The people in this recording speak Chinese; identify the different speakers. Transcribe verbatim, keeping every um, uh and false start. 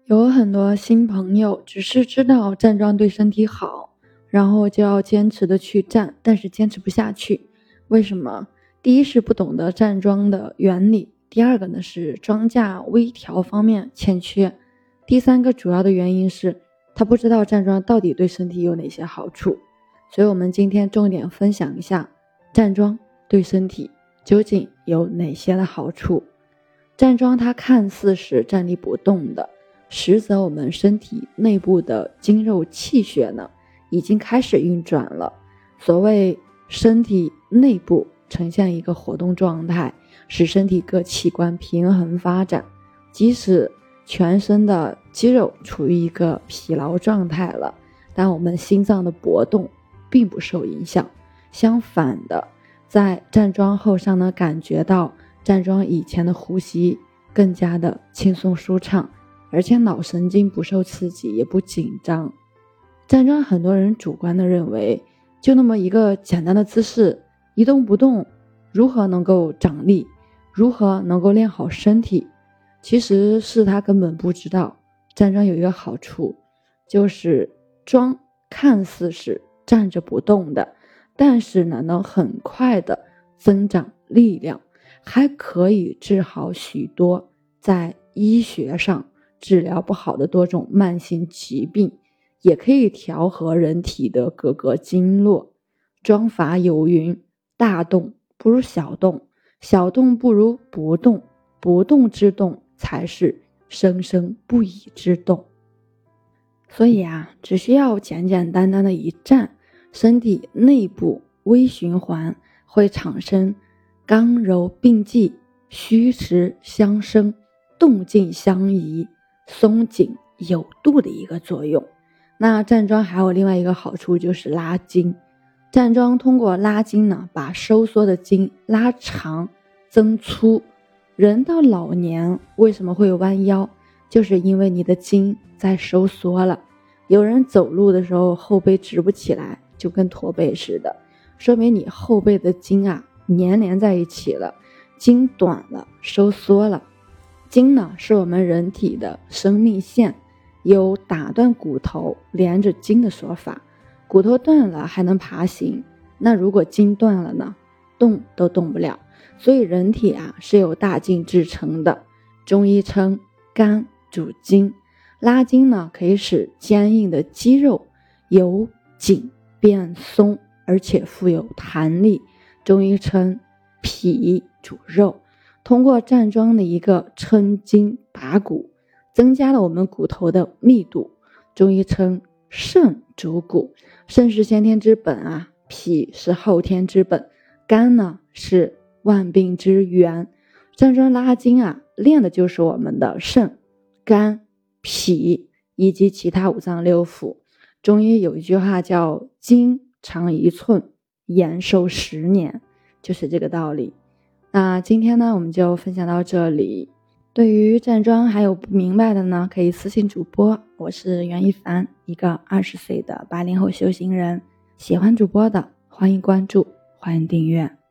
Speaker 1: 有很多新朋友只是知道站桩对身体好，然后就要坚持的去站，但是坚持不下去。为什么？第一是不懂得站桩的原理，第二个呢是桩架微调方面欠缺，第三个主要的原因是他不知道站桩到底对身体有哪些好处。所以我们今天重点分享一下站桩对身体究竟有哪些的好处。站桩它看似是站立不动的，实则我们身体内部的筋肉气血呢已经开始运转了。所谓身体内部呈现一个活动状态，使身体各器官平衡发展，即使全身的肌肉处于一个疲劳状态了，但我们心脏的搏动并不受影响。相反的，在站桩后上呢，感觉到站桩以前的呼吸更加的轻松舒畅，而且脑神经不受刺激，也不紧张。站桩很多人主观的认为，就那么一个简单的姿势，一动不动，如何能够长力，如何能够练好身体？其实是他根本不知道，站桩有一个好处，就是桩看似是站着不动的，但是呢，能很快的增长力量，还可以治好许多在医学上治疗不好的多种慢性疾病，也可以调和人体的各个经络。桩法有云，大动不如小动，小动不如不动，不动之动才是生生不已之动。所以啊，只需要简简单单的一站，身体内部微循环会产生刚柔并济、虚实相生、动静相宜、松紧有度的一个作用。那站桩还有另外一个好处，就是拉筋。站桩通过拉筋呢，把收缩的筋拉长增粗。人到老年为什么会有弯腰？就是因为你的筋在收缩了。有人走路的时候后背直不起来，就跟驼背似的，说明你后背的筋啊粘连在一起了，筋短了，收缩了。筋呢是我们人体的生命线，有打断骨头连着筋的说法。骨头断了还能爬行，那如果筋断了呢，动都动不了。所以人体啊是由大筋制成的，中医称肝主筋。拉筋呢可以使坚硬的肌肉由紧变松，而且富有弹力，中医称脾主肉。通过站桩的一个抻筋拔骨，增加了我们骨头的密度，中医称肾主骨。肾是先天之本啊，脾是后天之本，肝呢是万病之源。站桩拉筋啊，练的就是我们的肾、肝、脾以及其他五脏六腑。中医有一句话叫筋长一寸，延寿十年，就是这个道理。那今天呢，我们就分享到这里。对于站桩还有不明白的呢，可以私信主播，我是袁一凡，一个二十岁的八零后修行人。喜欢主播的欢迎关注，欢迎订阅。